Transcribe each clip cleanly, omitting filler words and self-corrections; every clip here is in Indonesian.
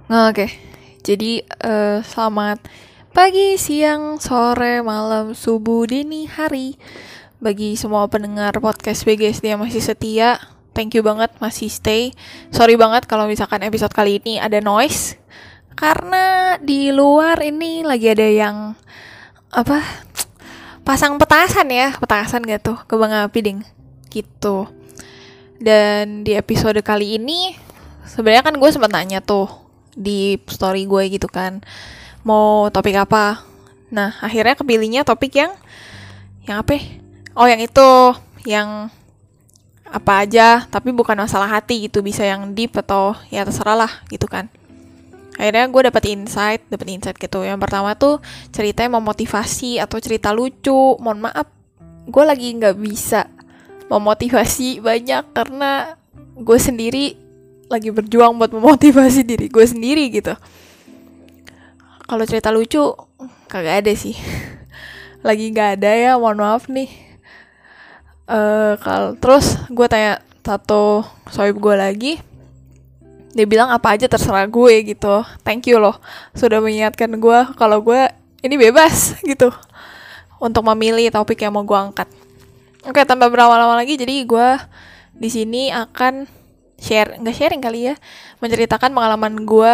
Oke, jadi selamat pagi, siang, sore, malam, subuh, dini hari. Bagi semua pendengar podcast BGSD yang masih setia, thank you banget masih stay. Sorry banget kalau misalkan episode kali ini ada noise, karena di luar ini lagi ada yang pasang petasan ya, petasan gak tuh, kembang api ding, gitu. Dan di episode kali ini sebenarnya kan gue sempat nanya tuh di story gue gitu kan, mau topik apa. Nah akhirnya kepilihnya topik yang apa ya? Oh yang itu, yang apa aja tapi bukan masalah hati gitu, bisa yang deep atau ya terserah lah gitu kan. Akhirnya gue dapet insight gitu. Yang pertama tuh ceritanya memotivasi atau cerita lucu. Mohon maaf, gue lagi nggak bisa memotivasi banyak karena gue sendiri lagi berjuang buat memotivasi diri gue sendiri gitu. Kalau cerita lucu kagak ada sih. Lagi nggak ada ya, mohon maaf nih. Terus gue tanya satu sohib gue lagi, dia bilang apa aja terserah gue gitu. Thank you loh sudah mengingatkan gue kalau gue ini bebas gitu untuk memilih topik yang mau gue angkat. Oke, tanpa berlama-lama lagi, jadi gue di sini akan nggak sharing kali ya, menceritakan pengalaman gue,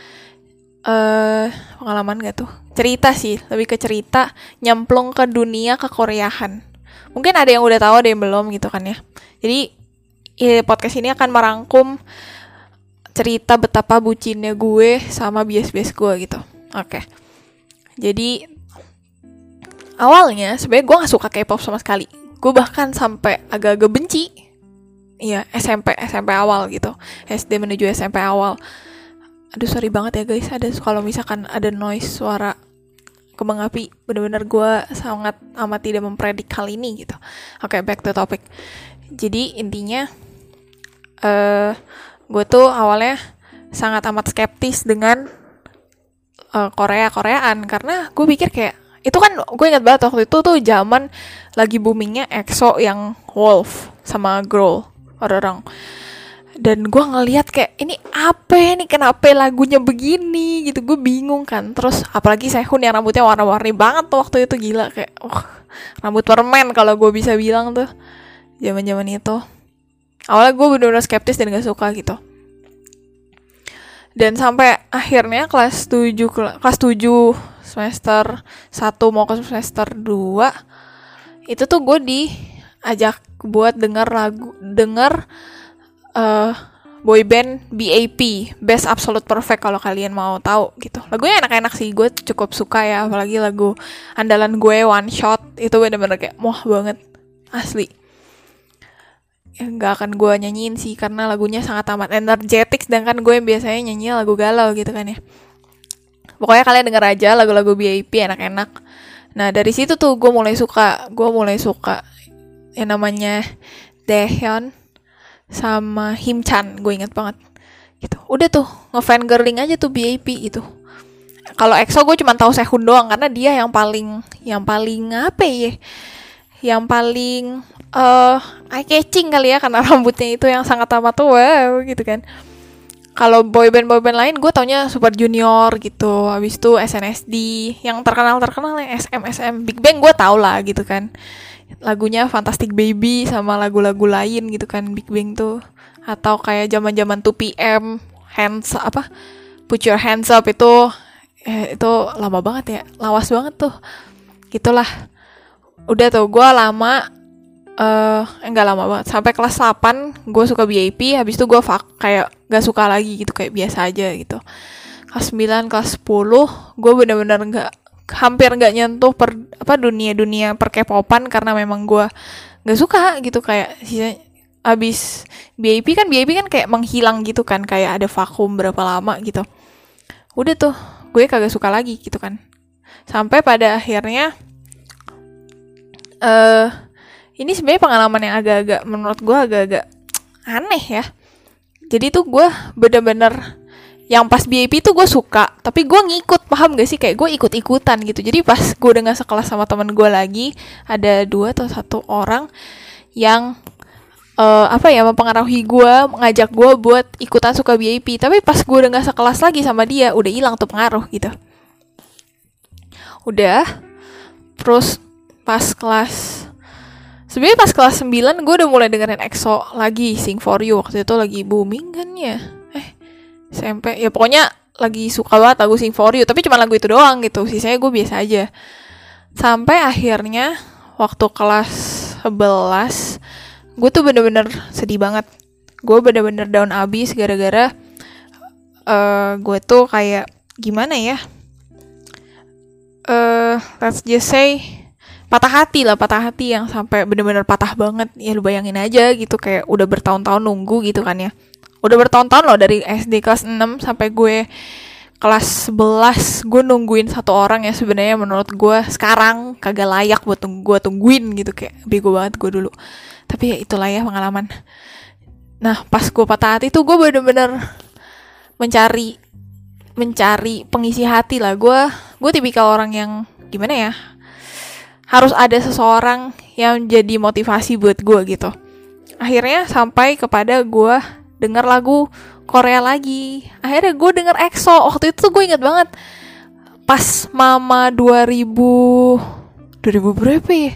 pengalaman gak tuh, cerita sih, lebih ke cerita nyemplung ke dunia kekoreaan. Mungkin ada yang udah tahu, ada yang belum gitu kan ya. Jadi podcast ini akan merangkum cerita betapa bucinnya gue sama bias-bias gue gitu. Oke. Jadi awalnya sebenarnya gue nggak suka K-pop sama sekali. Gue bahkan sampai agak-agak benci. Iya, SMP awal gitu. SD menuju SMP awal. Aduh, sorry banget ya guys, ada kalau misalkan ada noise suara kembang api, benar-benar gue sangat amat tidak mempredik hal ini gitu. Oke, back to topic. Jadi intinya gue tuh awalnya sangat amat skeptis dengan Koreaan, karena gue pikir kayak itu kan, gue ingat banget waktu itu tuh zaman lagi boomingnya EXO yang Wolf sama Growl orang. Dan gue ngeliat kayak ini apa nih, kenapa lagunya begini gitu, gue bingung kan. Terus apalagi Sehun yang rambutnya warna-warni banget tuh waktu itu, gila kayak rambut permen kalau gue bisa bilang tuh zaman-zaman itu. Awalnya gue bener-bener skeptis dan gak suka gitu. Dan sampai akhirnya kelas 7 semester 1 mau ke semester 2 itu tuh gue diajak buat denger boyband BAP, Best Absolute Perfect, kalau kalian mau tahu gitu. Lagunya enak-enak sih, gue cukup suka ya, apalagi lagu andalan gue One Shot itu bener-bener kayak moh banget asli. Nggak akan gue nyanyiin sih karena lagunya sangat amat energetik, sedangkan gue biasanya nyanyi lagu galau gitu kan ya. Pokoknya kalian denger aja lagu-lagu BAP, enak-enak. Nah dari situ tuh gue mulai suka yang namanya Daehyun sama Himchan, gue inget banget gitu. Udah tuh ngefangirling aja tuh BAP itu. Kalau EXO gue cuma tahu Sehun doang karena dia yang paling apa ya, yang paling eye catching kali ya, karena rambutnya itu yang sangat amat wow gitu kan. Kalau boyband lain gue taunya Super Junior gitu, habis itu SNSD, yang terkenal yang SM, Big Bang gue tau lah gitu kan, lagunya Fantastic Baby sama lagu-lagu lain gitu kan Big Bang tuh. Atau kayak zaman-zaman 2PM Put Your Hands Up itu lama banget ya, lawas banget tuh gitulah. Udah tuh gue enggak lama banget, sampai kelas 8 gue suka BAP, habis itu gue kayak gak suka lagi gitu, kayak biasa aja gitu. Kelas 9, kelas 10 gue bener-bener hampir gak nyentuh dunia per K-popan karena memang gue gak suka gitu. Kayak abis BAP kan kayak menghilang gitu kan, kayak ada vakum berapa lama gitu. Udah tuh gue kagak suka lagi gitu kan, sampai pada akhirnya ini sebenarnya pengalaman yang agak-agak menurut gue agak-agak aneh ya. Jadi tuh gue bener-bener yang pas BAP tuh gue suka, tapi gue ngikut, paham gak sih, kayak gue ikut-ikutan gitu. Jadi pas gue udah gak sekelas sama temen gue lagi, ada 2 atau 1 orang yang mempengaruhi gue, ngajak gue buat ikutan suka VIP. Tapi pas gue udah gak sekelas lagi sama dia, udah hilang tuh pengaruh gitu. Udah. Terus sebenarnya pas kelas 9 gue udah mulai dengerin EXO lagi, Sing For You. Waktu itu lagi booming kan ya, SMP. Ya pokoknya lagi suka banget lagu Sing For You. Tapi cuma lagu itu doang gitu, sisanya gue biasa aja. Sampai akhirnya waktu kelas 11 gue tuh bener-bener sedih banget. Gue bener-bener down abis gara-gara gue tuh kayak gimana ya, let's just say patah hati yang sampai bener-bener patah banget. Ya lu bayangin aja gitu, kayak udah bertahun-tahun nunggu gitu kan ya. Udah bertahun-tahun loh, dari SD kelas 6 sampai gue kelas 11 gue nungguin satu orang yang sebenarnya menurut gue sekarang kagak layak buat gue tungguin gitu. Kayak bego banget gue dulu. Tapi ya itulah ya pengalaman. Nah pas gue patah hati tuh gue bener-bener mencari pengisi hati lah. Gue tipikal orang yang gimana ya, harus ada seseorang yang jadi motivasi buat gue gitu. Akhirnya sampai kepada gue denger lagu Korea lagi. Akhirnya gue denger EXO. Waktu itu tuh gue inget banget pas Mama 2000 berapa ya,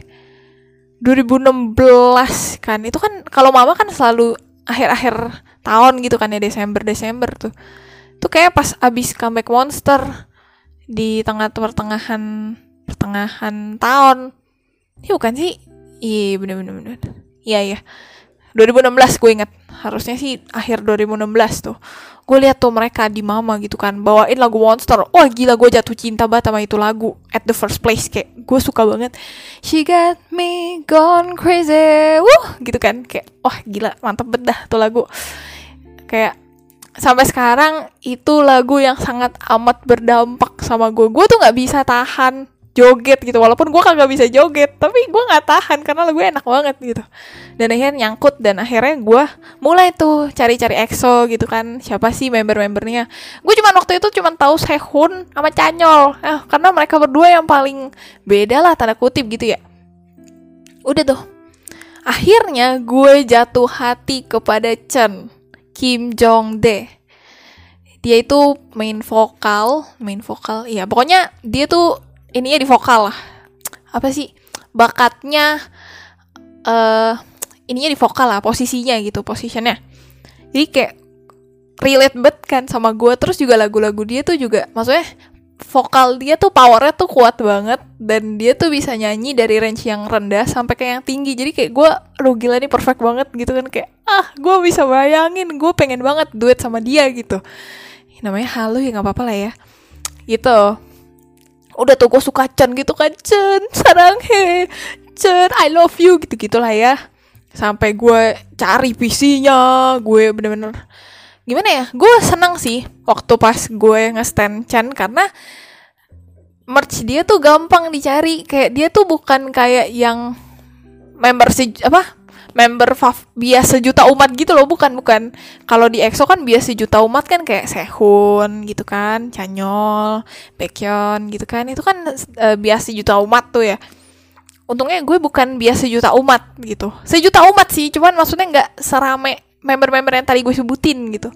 2016 kan. Itu kan kalau Mama kan selalu akhir-akhir tahun gitu kan ya, Desember tuh. Itu kayak pas abis comeback Monster di tengah pertengahan tahun. Iya bukan sih? Iya bener. Iya 2016 gue inget. Harusnya sih akhir 2016 tuh. Gue lihat tuh mereka di Mama gitu kan, bawain lagu Monster. Wah gila, gue jatuh cinta banget sama itu lagu. At the first place, kayak gue suka banget. She got me gone crazy. Gitu kan. Kayak wah gila, mantep banget dah tuh lagu. Kayak sampai sekarang itu lagu yang sangat amat berdampak sama gue. Gue tuh gak bisa tahan joget gitu, walaupun gue kagak bisa joget, tapi gue nggak tahan karena lagu enak banget gitu. Dan akhirnya nyangkut, dan akhirnya gue mulai tuh cari-cari EXO gitu kan, siapa sih member-membernya. Gue waktu itu tahu Sehun sama Chanyeol, karena mereka berdua yang paling beda lah tanda kutip gitu ya. Udah tuh, akhirnya gue jatuh hati kepada Chen, Kim Jongdae. Dia itu main vokal, iya pokoknya dia tuh ininya di vokal lah. Apa sih bakatnya, ininya di vokal lah, posisinya gitu, positionnya. Jadi kayak relate banget kan sama gue. Terus juga lagu-lagu dia tuh juga, maksudnya vokal dia tuh powernya tuh kuat banget, dan dia tuh bisa nyanyi dari range yang rendah sampai kayak yang tinggi. Jadi kayak gue, gila nih perfect banget gitu kan. Kayak gue bisa bayangin, gue pengen banget duet sama dia gitu. Namanya Halu ya, nggak apa-apa lah ya gitu. Udah tuh gue suka Chen gitu kan, Chen saranghe, Chen I love you gitu lah ya. Sampai gue cari PC-nya, gue bener-bener gimana ya, gue senang sih waktu pas gue nge-stan Chen, karena merch dia tuh gampang dicari. Kayak dia tuh bukan kayak yang member biasa juta umat gitu loh, bukan. Kalau di EXO kan biasa juta umat kan, kayak Sehun gitu kan, Chanyeol, Baekhyun gitu kan. Itu kan biasa juta umat tuh ya. Untungnya gue bukan biasa juta umat gitu. Sejuta umat sih, cuman maksudnya nggak serame member-member yang tadi gue sebutin gitu.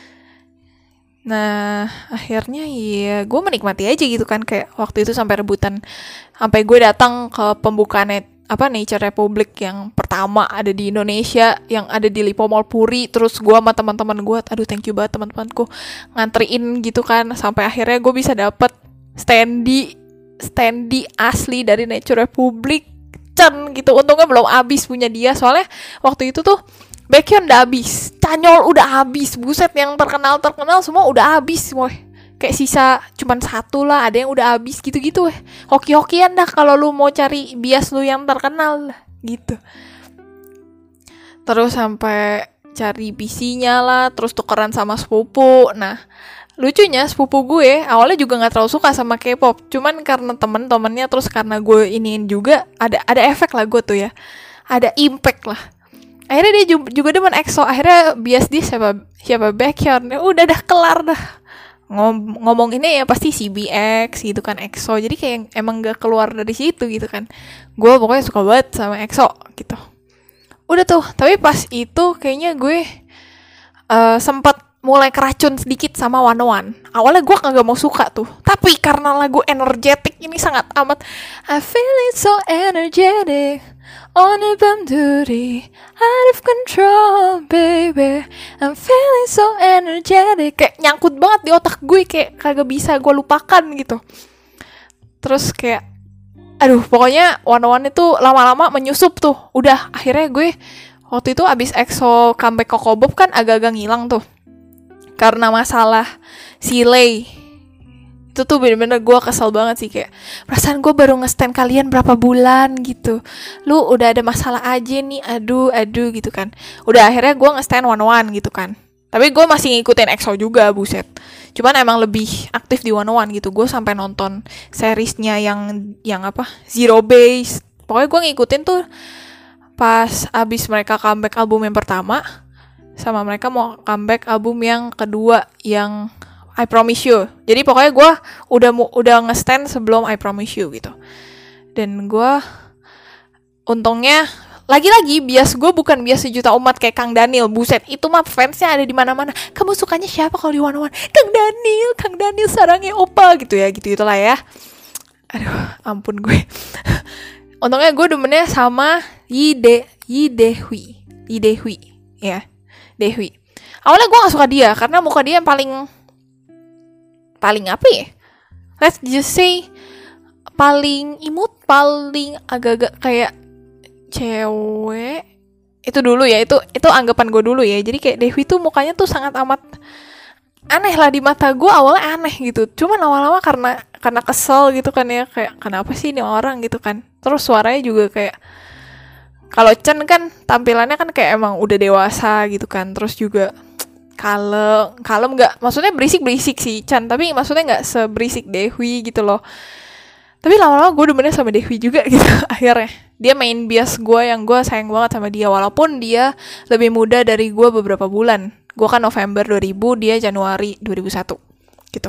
Nah akhirnya ya gue menikmati aja gitu kan. Kayak waktu itu sampai rebutan, sampai gue datang ke pembukaan Nature Republic yang pertama ada di Indonesia, yang ada di Lipo Mall Puri. Terus gue sama teman-teman gue, thank you banget teman-temanku, ngantriin gitu kan, sampai akhirnya gue bisa dapet standee asli dari Nature Republic Chen gitu. Untungnya belum habis punya dia, soalnya waktu itu tuh Baekhyun udah habis, Chanyeol udah habis, buset, yang terkenal semua udah habis semua. Kayak sisa cuman satu lah, ada yang udah habis gitu-gitu hoki-hokian dah kalau lu mau cari bias lu yang terkenal lah gitu. Terus sampai cari PC-nya lah, terus tukeran sama sepupu. Nah lucunya sepupu gue awalnya juga nggak terlalu suka sama K-pop, cuman karena temen-temennya, terus karena gue iniin juga, ada efek lah gue tuh ya, ada impact lah. Akhirnya dia juga demen EXO. Akhirnya bias dia siapa Baekhyun, udah dah kelar dah. Ngomong ini ya pasti CBX gitu kan, EXO. Jadi kayak emang gak keluar dari situ gitu kan. Gue pokoknya suka banget sama EXO gitu. Udah tuh, tapi pas itu kayaknya gue sempat mulai keracun sedikit sama One One. Awalnya gue kagak mau suka tuh, tapi karena lagu energetik ini sangat amat, I feel it so energetic, on a bum duty, out of control, baby, I'm feeling so energetic. Kayak nyangkut banget di otak gue, kayak kagak bisa gue lupakan gitu. Terus kayak, aduh, pokoknya One One itu lama-lama menyusup tuh. Udah, akhirnya gue waktu itu abis EXO comeback Koko Bob kan agak-agak ngilang tuh karena masalah si Lay. Itu tuh bener-bener gue kesel banget sih, kayak perasaan gue baru nge-stan kalian berapa bulan gitu, lu udah ada masalah aja nih, aduh gitu kan. Udah, akhirnya gue nge-stan One One gitu kan. Tapi gue masih ngikutin EXO juga, buset. Cuman emang lebih aktif di One One gitu. Gue sampai nonton seriesnya yang apa, Zero Base. Pokoknya gue ngikutin tuh pas abis mereka comeback album yang pertama, sama mereka mau comeback album yang kedua yang I Promise You. Jadi pokoknya gue udah nge-stand sebelum I Promise You gitu. Dan gue untungnya lagi-lagi bias gue bukan bias sejuta umat kayak Kang Daniel. Buset, itu mah fansnya ada di mana-mana. Kamu sukanya siapa kalau di One One? Kang Daniel sarangnya opa gitu ya, gitu itulah ya. Aduh, ampun gue. Untungnya gue demennya sama Yidehui ya. Dewi. Awalnya gue gak suka dia karena muka dia yang paling apa ya? Let's just say paling imut, paling agak-agak kayak cewek. Itu dulu ya, itu anggapan gue dulu ya. Jadi kayak Dewi tuh mukanya tuh sangat amat aneh lah di mata gue, awalnya aneh gitu. Cuman lama-lama karena kesel gitu kan ya, kayak kenapa sih ini orang gitu kan. Terus suaranya juga kayak, kalau Chen kan tampilannya kan kayak emang udah dewasa gitu kan, terus juga kalem nggak, maksudnya berisik sih Chen, tapi maksudnya nggak seberisik Dewi gitu loh. Tapi lama-lama gue demennya sama Dewi juga gitu. Akhirnya dia main bias gue yang gue sayang banget sama dia, walaupun dia lebih muda dari gue beberapa bulan. Gue kan November 2000, dia Januari 2001 gitu.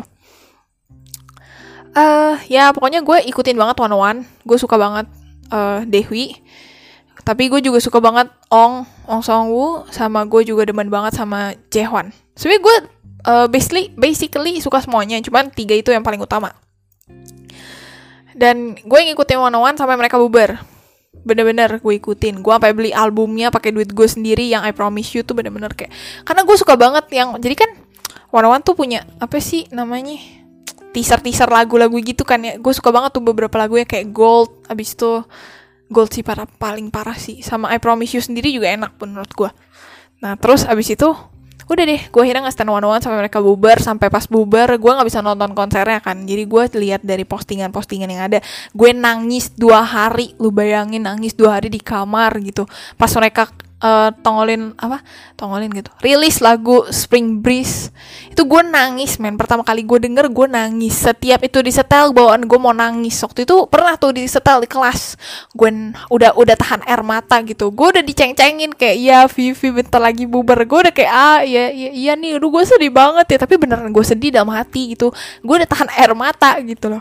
Ya pokoknya gue ikutin banget One One. Gue suka banget Dewi. Tapi gue juga suka banget Ong Song-woo, sama gue juga demen banget sama Jaehwan. Sebenernya gue basically suka semuanya, cuman 3 itu yang paling utama. Dan gue ngikutin One One sampai mereka bubar. Bener-bener gue ikutin. Gue sampai beli albumnya pakai duit gue sendiri yang I Promise You tuh, bener-bener kayak, karena gue suka banget yang, jadi kan One One tuh punya apa sih namanya, teaser lagu-lagu gitu kan ya. Gue suka banget tuh beberapa lagunya kayak Gold, abis itu Gold sih paling parah sih. Sama I Promise You sendiri juga enak menurut gue. Nah terus abis itu udah deh, gue akhirnya nge-stand One One sampai mereka bubar. Sampai pas bubar gue gak bisa nonton konsernya kan. Jadi gue lihat dari postingan yang ada. Gue nangis 2 hari. Lu bayangin, nangis 2 hari di kamar gitu. Pas mereka tongolin gitu, rilis lagu Spring Breeze. Itu gue nangis, men. Pertama kali gue denger, gue nangis. Setiap itu disetel bawaan gue mau nangis. Waktu itu pernah tuh disetel di kelas, gue udah tahan air mata gitu. Gue udah diceng-cengin kayak, ya Vivi bentar lagi bubar. Gue udah kayak, iya nih, gue sedih banget ya. Tapi beneran gue sedih dalam hati gitu. Gue udah tahan air mata gitu loh.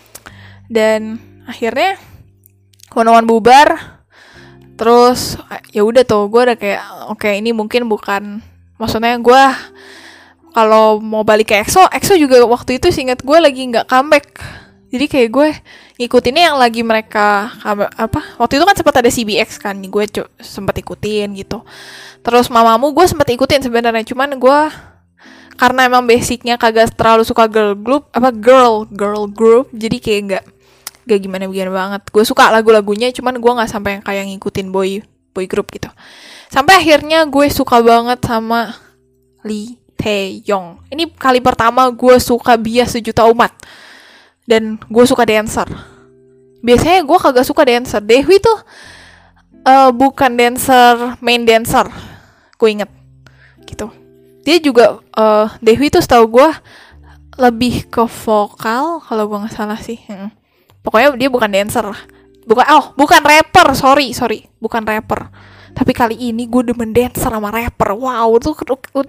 Dan akhirnya One One bubar. Terus ya udah tuh, gue udah kayak oke, ini mungkin bukan, maksudnya gue kalau mau balik ke EXO juga waktu itu seingat gue lagi nggak comeback. Jadi kayak gue ngikutinnya yang lagi mereka waktu itu kan sempat ada CBX kan, gue sempat ikutin gitu. Terus Mamamoo gue sempat ikutin sebenarnya, cuman gue karena emang basicnya kagak terlalu suka girl group, jadi kayak gak gimana banget. Gue suka lagu-lagunya, cuman gue nggak sampai yang kayak ngikutin boy group gitu. Sampai akhirnya gue suka banget sama Lee Taeyong. Ini kali pertama gue suka bias sejuta umat, dan gue suka dancer. Biasanya gue kagak suka dancer. Dewi tuh bukan main dancer, gue inget gitu. Dia juga Dewi tuh setahu gue lebih ke vokal kalau gue nggak salah sih. Pokoknya dia bukan dancer lah. Bukan rapper, sorry, bukan rapper. Tapi kali ini gue demen dancer sama rapper. Wow, tuh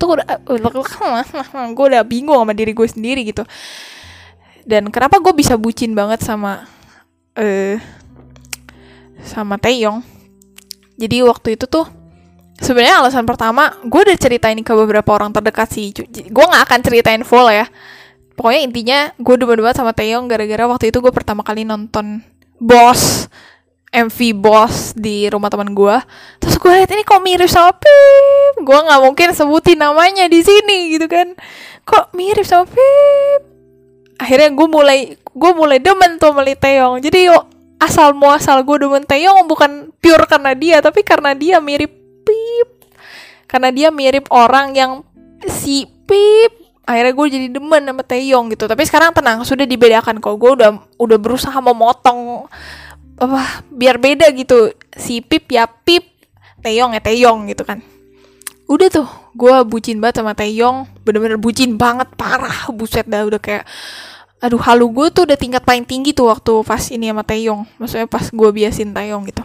gue udah bingung sama diri gue sendiri gitu. Dan kenapa gue bisa bucin banget sama Taeyong? Jadi waktu itu tuh sebenarnya alasan pertama, gue udah ceritain ke beberapa orang terdekat sih. Gue nggak akan ceritain full ya. Pokoknya intinya gue demen banget sama Taeyong gara-gara waktu itu gue pertama kali nonton Boss, MV Boss di rumah teman gue. Terus gue liat ini kok mirip sama Pip. Gue nggak mungkin sebutin namanya di sini gitu kan. Kok mirip sama Pip. Akhirnya gue mulai demen tuh sama Taeyong. Jadi asal muasal gue demen Taeyong bukan pure karena dia, tapi karena dia mirip Pip. Karena dia mirip orang yang si Pip. Akhirnya gue jadi demen sama Taeyong gitu. Tapi sekarang tenang, sudah dibedakan kok. Gue udah berusaha memotong biar beda gitu. Si Pip ya Pip, Taeyong ya Taeyong gitu kan. Udah tuh, gue bucin banget sama Taeyong. Bener-bener bucin banget, parah. Buset dah, udah kayak aduh, halu gue tuh udah tingkat paling tinggi tuh waktu pas ini sama Taeyong. Maksudnya pas gue biasin Taeyong gitu.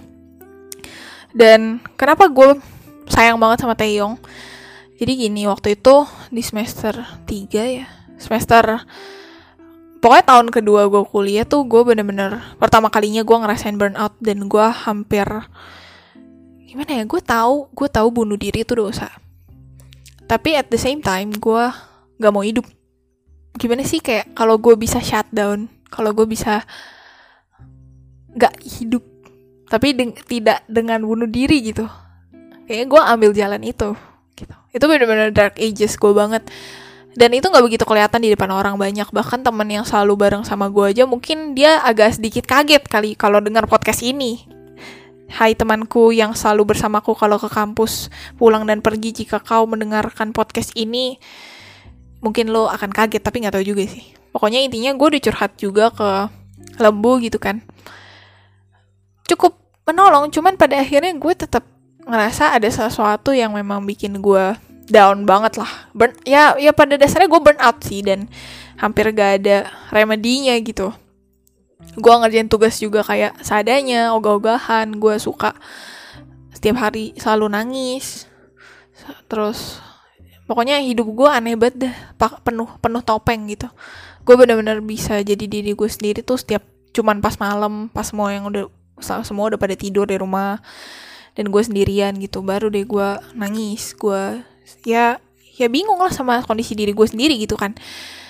Dan kenapa gue sayang banget sama Taeyong? Jadi gini, waktu itu di semester 3 ya. Pokoknya tahun kedua gue kuliah tuh gue bener-bener pertama kalinya gue ngerasain burnout. Dan gue hampir, gimana ya, gue tahu bunuh diri itu dosa. Tapi at the same time gue gak mau hidup. Gimana sih, kayak kalau gue bisa shutdown, kalau gue bisa gak hidup, tapi tidak dengan bunuh diri gitu, kayaknya gue ambil jalan itu gitu. Itu benar-benar dark ages gue banget. Dan itu gak begitu kelihatan di depan orang banyak. Bahkan temen yang selalu bareng sama gue aja mungkin dia agak sedikit kaget kali kalau dengar podcast ini. Hai temanku yang selalu bersamaku kalau ke kampus, pulang dan pergi, jika kau mendengarkan podcast ini, mungkin lo akan kaget, tapi gak tahu juga sih. Pokoknya intinya gue udah curhat juga ke Lembu gitu kan. Cukup menolong, cuman pada akhirnya gue tetap ngerasa ada sesuatu yang memang bikin gue down banget lah. Ya pada dasarnya gue burn out sih, dan hampir gak ada remedinya gitu. Gue ngerjain tugas juga kayak seadanya, ogah-ogahan. Gue suka setiap hari selalu nangis. Terus pokoknya hidup gue aneh banget dah, penuh topeng gitu. Gue benar-benar bisa jadi diri gue sendiri tuh setiap cuman pas malam, pas semua udah pada tidur di rumah dan gue sendirian gitu, baru deh gue nangis. Gue ya bingung lah sama kondisi diri gue sendiri gitu kan.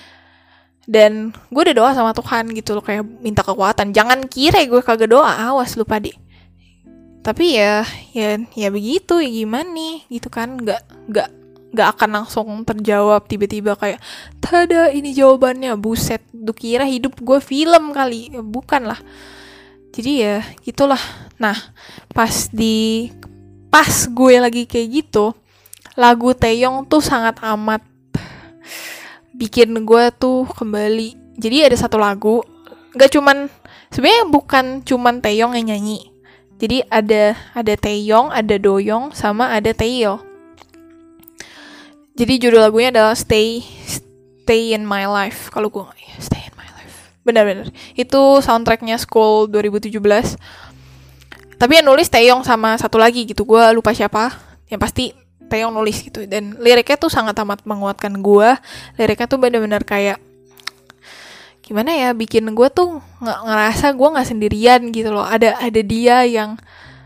Dan gue udah doa sama Tuhan gitu loh, kayak minta kekuatan. Jangan kira gue kagak doa, awas lu pade. Tapi ya begitu, ya gimana nih gitu kan. Gak akan langsung terjawab tiba-tiba kayak tada ini jawabannya. Buset, lu kira hidup gue film kali? Bukan lah. Jadi ya gitulah. Nah, pas gue lagi kayak gitu, lagu Taeyong tuh sangat amat bikin gue tuh kembali. Jadi ada satu lagu, sebenarnya bukan cuman Taeyong yang nyanyi. Jadi ada Taeyong, ada Doyoung, sama ada Taeil. Jadi judul lagunya adalah Stay in My Life. Kalau gue Stay in My Life. Benar-benar. Itu soundtracknya School 2017. Tapi yang nulis Taeyong sama satu lagi gitu. Gue lupa siapa. Yang pasti Taeyong nulis gitu. Dan liriknya tuh sangat amat menguatkan gue. Liriknya tuh benar-benar kayak gimana ya, bikin gue tuh ngerasa gue nggak sendirian gitu loh. Ada dia yang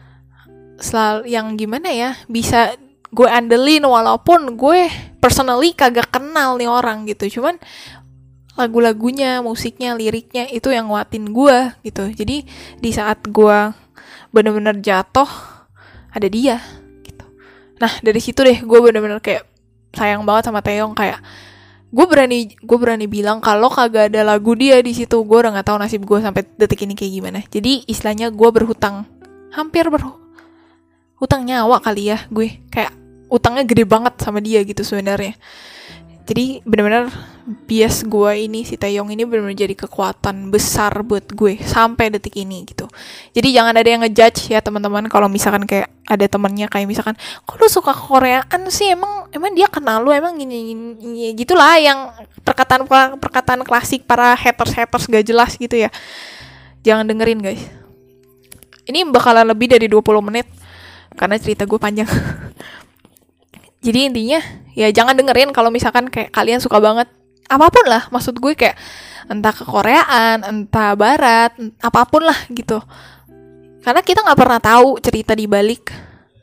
gimana ya, bisa gue andelin walaupun gue personally kagak kenal nih orang gitu. Cuman lagu-lagunya, musiknya, liriknya itu yang nguatin gue gitu. Jadi di saat gue bener-bener jatuh, ada dia gitu. Nah dari situ deh gue bener-bener kayak sayang banget sama Taeyong. Kayak gue berani bilang kalau kagak ada lagu dia di situ, gue udah nggak tahu nasib gue sampai detik ini kayak gimana. Jadi istilahnya gue hampir berhutang nyawa kali ya. Gue kayak utangnya gede banget sama dia gitu sebenarnya. Jadi benar-benar bias gue ini, si Taeyong ini benar-benar jadi kekuatan besar buat gue sampai detik ini gitu. Jadi jangan ada yang ngejudge ya teman-teman. Kalau misalkan kayak ada temennya kayak misalkan, kok lu suka Koreaan sih, emang dia kenal lu, emang gini gitulah, yang perkataan klasik para haters gak jelas gitu ya. Jangan dengerin guys. Ini bakalan lebih dari 20 menit karena cerita gue panjang. Jadi intinya ya jangan dengerin kalau misalkan kayak kalian suka banget apapun lah, maksud gue kayak entah ke Koreaan, entah Barat, apapun lah gitu. Karena kita nggak pernah tahu cerita di balik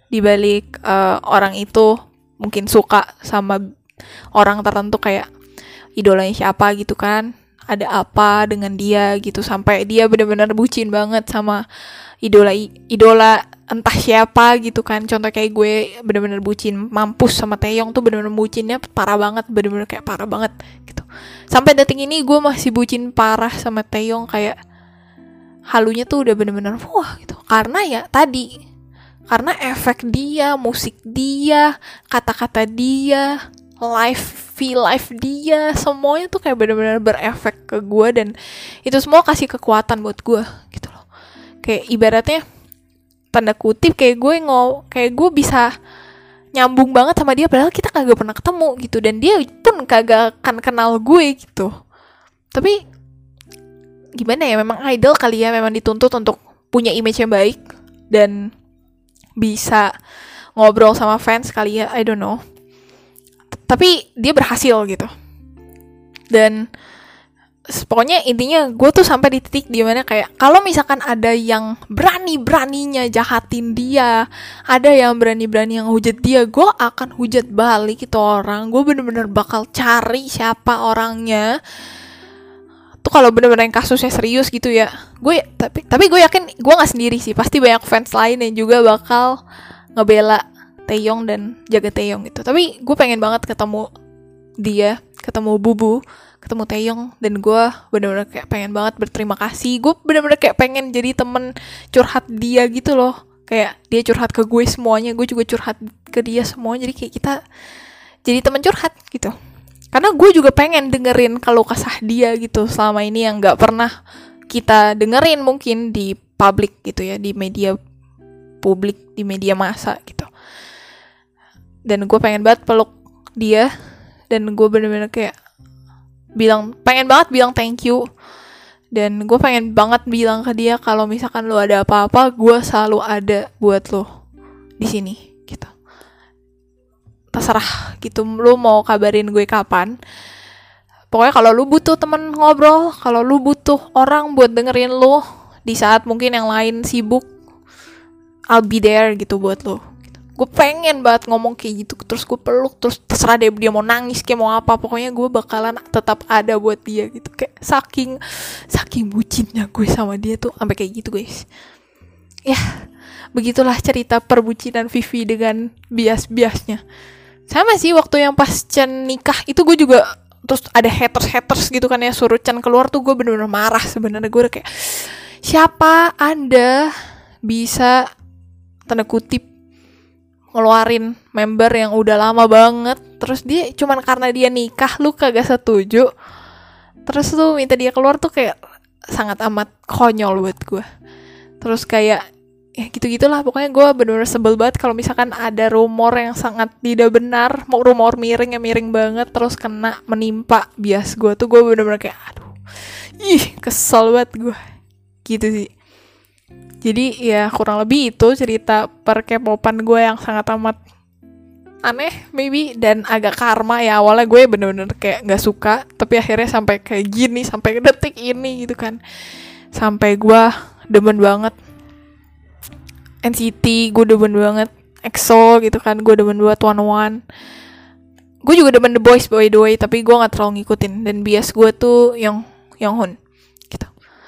dibalik orang itu mungkin suka sama orang tertentu, kayak idolanya siapa gitu kan, ada apa dengan dia gitu, sampai dia benar-benar bucin banget sama idola entah siapa gitu kan. Contoh kayak gue benar-benar bucin mampus sama Taeyong tuh, benar-benar bucinnya parah banget, benar-benar kayak parah banget gitu. Sampai detik ini gue masih bucin parah sama Taeyong, kayak halunya tuh udah benar-benar wah gitu. Karena ya tadi, karena efek dia, musik dia, kata-kata dia, live dia, semuanya tuh kayak benar-benar berefek ke gue, dan itu semua kasih kekuatan buat gue gitu loh. Kayak ibaratnya tanda kutip kayak gue bisa nyambung banget sama dia, padahal kita kagak pernah ketemu gitu, dan dia pun kagak akan kenal gue gitu. Tapi gimana ya, memang idol kali ya, memang dituntut untuk punya image yang baik dan bisa ngobrol sama fans kali ya, I don't know. Tapi dia berhasil gitu. Dan pokoknya intinya gue tuh sampai di titik dimana kayak kalau misalkan ada yang berani-beraninya jahatin dia, ada yang berani-berani yang hujat dia, gue akan hujat balik itu orang. Gue bener-bener bakal cari siapa orangnya tuh, kalau bener-bener yang kasusnya serius gitu ya. Gue tapi gue yakin gue nggak sendiri sih, pasti banyak fans lain yang juga bakal ngebela Taeyong dan jaga Taeyong gitu. Tapi gue pengen banget ketemu dia, ketemu Bubu, ketemu Taeyong, dan gue bener-bener kayak pengen banget berterima kasih. Gue bener-bener kayak pengen jadi temen curhat dia gitu loh. Kayak dia curhat ke gue semuanya, gue juga curhat ke dia semuanya. Jadi kayak kita jadi temen curhat gitu. Karena gue juga pengen dengerin keluh kesah dia gitu selama ini yang gak pernah kita dengerin mungkin di publik gitu ya, di media publik, di media massa gitu. Dan gue pengen banget peluk dia, dan gue bener-bener kayak pengen banget bilang thank you. Dan gue pengen banget bilang ke dia kalau misalkan lo ada apa-apa, gue selalu ada buat lo di sini gitu. Terserah gitu, lu mau kabarin gue kapan. Pokoknya kalau lu butuh temen ngobrol, kalau lu butuh orang buat dengerin lu di saat mungkin yang lain sibuk, I'll be there gitu buat lu. Gue pengen banget ngomong kayak gitu, terus gue peluk, terus terserah dia mau nangis kayak mau apa, pokoknya gue bakalan tetap ada buat dia gitu. Kayak saking bucinnya gue sama dia tuh sampai kayak gitu guys. Ya, begitulah cerita perbucinan Vivi dengan bias-biasnya. Sama sih waktu yang pas Chen nikah itu gue juga, terus ada haters gitu kan ya, suruh Chen keluar tuh gue bener-bener marah sebenarnya. Gue udah kayak, siapa Anda bisa tanda kutip ngeluarin member yang udah lama banget, terus dia cuman karena dia nikah lu kagak setuju, terus lu minta dia keluar tuh kayak sangat amat konyol buat gue. Terus kayak ya gitu-gitulah, pokoknya gue bener-bener sebel banget kalau misalkan ada rumor yang sangat tidak benar, mau rumor miring yang miring banget terus menimpa bias gue tuh, gue bener-bener kayak aduh, kesel banget gue gitu sih. Jadi ya kurang lebih itu cerita per-K-popan gue yang sangat amat aneh maybe, dan agak karma ya. Awalnya gue bener-bener kayak gak suka, tapi akhirnya sampai kayak gini, sampai detik ini gitu kan, sampai gue demen banget NCT, gue demen banget EXO gitu kan, gue demen banget One. Gue juga demen The Boys by the way, tapi gue gak terlalu ngikutin, dan bias gue tuh Yonghun gitu.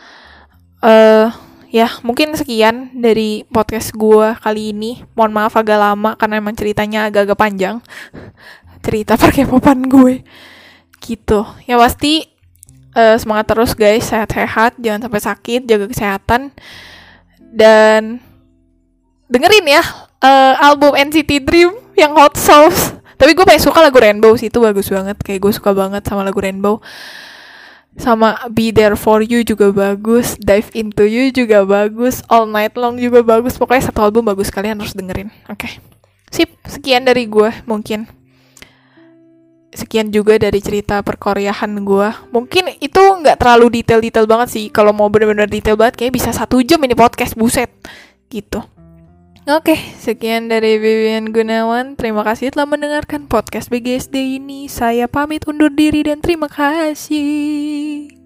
Ya mungkin sekian dari podcast gue kali ini. Mohon maaf agak lama karena emang ceritanya agak-agak panjang, cerita per-K-popan gue gitu. Ya pasti semangat terus guys, sehat-sehat, jangan sampai sakit, jaga kesehatan, dan dengerin ya album NCT Dream yang Hot Sauce. Tapi gue paling suka lagu Rainbow sih, itu bagus banget. Kayak gue suka banget sama lagu Rainbow. Sama Be There For You juga bagus, Dive Into You juga bagus, All Night Long juga bagus. Pokoknya satu album bagus, kalian harus dengerin. Oke. Sip, sekian dari gue mungkin. Sekian juga dari cerita perkoreahan gue. Mungkin itu gak terlalu detail-detail banget sih. Kalau mau bener-bener detail banget kayak bisa 1 jam ini podcast, buset gitu. Oke, sekian dari Vivian Gunawan. Terima kasih telah mendengarkan podcast BGSD ini. Saya pamit undur diri dan terima kasih.